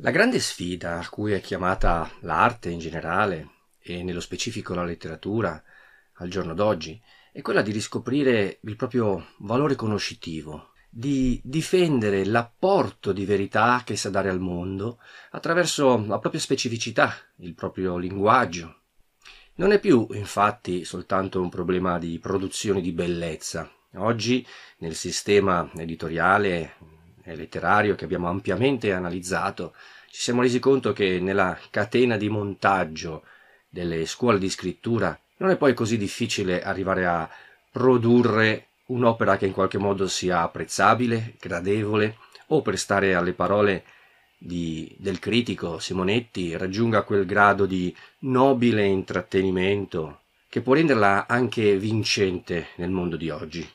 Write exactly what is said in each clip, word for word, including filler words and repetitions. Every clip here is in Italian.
La grande sfida a cui è chiamata l'arte in generale, e nello specifico la letteratura, al giorno d'oggi, è quella di riscoprire il proprio valore conoscitivo, di difendere l'apporto di verità che sa dare al mondo attraverso la propria specificità, il proprio linguaggio. Non è più, infatti, soltanto un problema di produzione di bellezza. Oggi, nel sistema editoriale e letterario che abbiamo ampiamente analizzato, ci siamo resi conto che nella catena di montaggio delle scuole di scrittura non è poi così difficile arrivare a produrre un'opera che in qualche modo sia apprezzabile, gradevole, o, per stare alle parole di, del critico Simonetti, raggiunga quel grado di nobile intrattenimento che può renderla anche vincente nel mondo di oggi.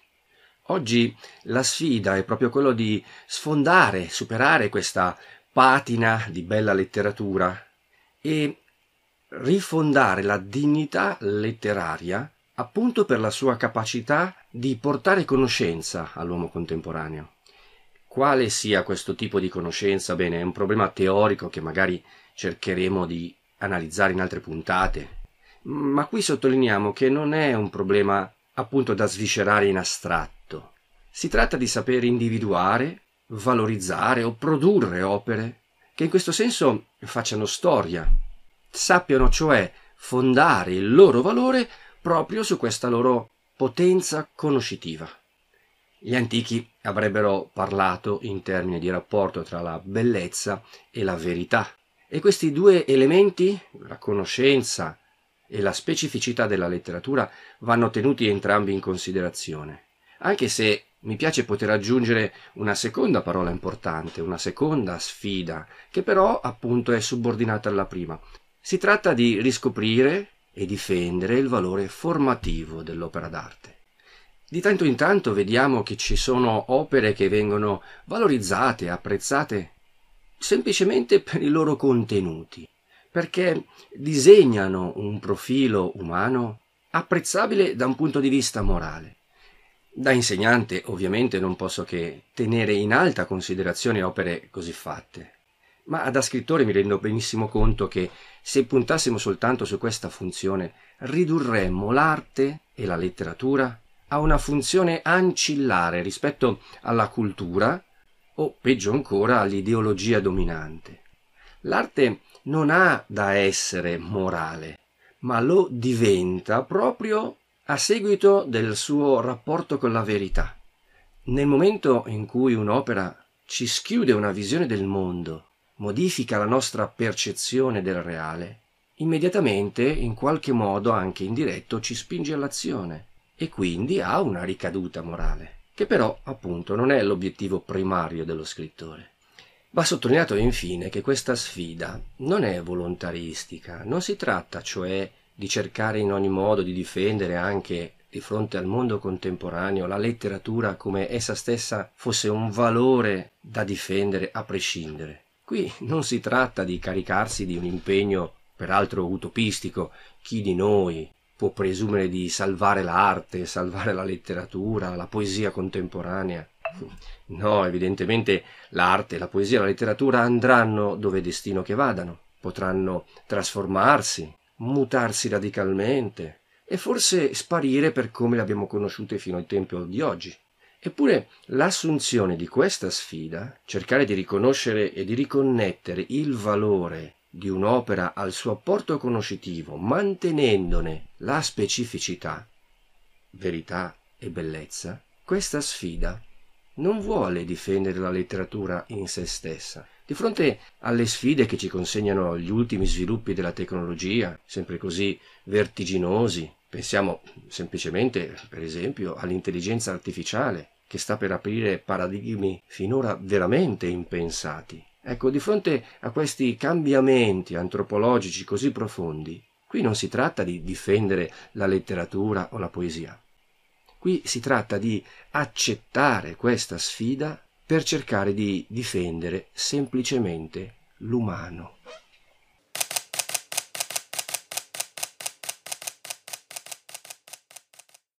Oggi la sfida è proprio quello di sfondare, superare questa patina di bella letteratura e rifondare la dignità letteraria appunto per la sua capacità di portare conoscenza all'uomo contemporaneo. Quale sia questo tipo di conoscenza? Bene, è un problema teorico che magari cercheremo di analizzare in altre puntate, ma qui sottolineiamo che non è un problema appunto da sviscerare in astratto. Si tratta di saper individuare, valorizzare o produrre opere che in questo senso facciano storia, sappiano cioè fondare il loro valore proprio su questa loro potenza conoscitiva. Gli antichi avrebbero parlato in termini di rapporto tra la bellezza e la verità, e questi due elementi, la conoscenza e la specificità della letteratura, vanno tenuti entrambi in considerazione, anche se mi piace poter aggiungere una seconda parola importante, una seconda sfida, che però appunto è subordinata alla prima. Si tratta di riscoprire e difendere il valore formativo dell'opera d'arte. Di tanto in tanto vediamo che ci sono opere che vengono valorizzate, apprezzate semplicemente per i loro contenuti, perché disegnano un profilo umano apprezzabile da un punto di vista morale. Da insegnante ovviamente non posso che tenere in alta considerazione opere così fatte, ma da scrittore mi rendo benissimo conto che se puntassimo soltanto su questa funzione ridurremmo l'arte e la letteratura a una funzione ancillare rispetto alla cultura o, peggio ancora, all'ideologia dominante. L'arte non ha da essere morale, ma lo diventa proprio a seguito del suo rapporto con la verità. Nel momento in cui un'opera ci schiude una visione del mondo, modifica la nostra percezione del reale, immediatamente, in qualche modo anche indiretto, ci spinge all'azione e quindi ha una ricaduta morale, che però appunto non è l'obiettivo primario dello scrittore. Va sottolineato infine che questa sfida non è volontaristica, non si tratta cioè di cercare in ogni modo di difendere anche di fronte al mondo contemporaneo la letteratura come essa stessa fosse un valore da difendere a prescindere. Qui non si tratta di caricarsi di un impegno peraltro utopistico. Chi di noi può presumere di salvare l'arte, salvare la letteratura, la poesia contemporanea? No, evidentemente l'arte, la poesia e la letteratura andranno dove è destino che vadano, potranno trasformarsi, mutarsi radicalmente e forse sparire per come le abbiamo conosciute fino ai tempi di oggi. Eppure l'assunzione di questa sfida, cercare di riconoscere e di riconnettere il valore di un'opera al suo apporto conoscitivo, mantenendone la specificità, verità e bellezza, questa sfida non vuole difendere la letteratura in se stessa. Di fronte alle sfide che ci consegnano gli ultimi sviluppi della tecnologia, sempre così vertiginosi, pensiamo semplicemente, per esempio, all'intelligenza artificiale, che sta per aprire paradigmi finora veramente impensati. Ecco, di fronte a questi cambiamenti antropologici così profondi, qui non si tratta di difendere la letteratura o la poesia. Qui si tratta di accettare questa sfida per cercare di difendere semplicemente l'umano.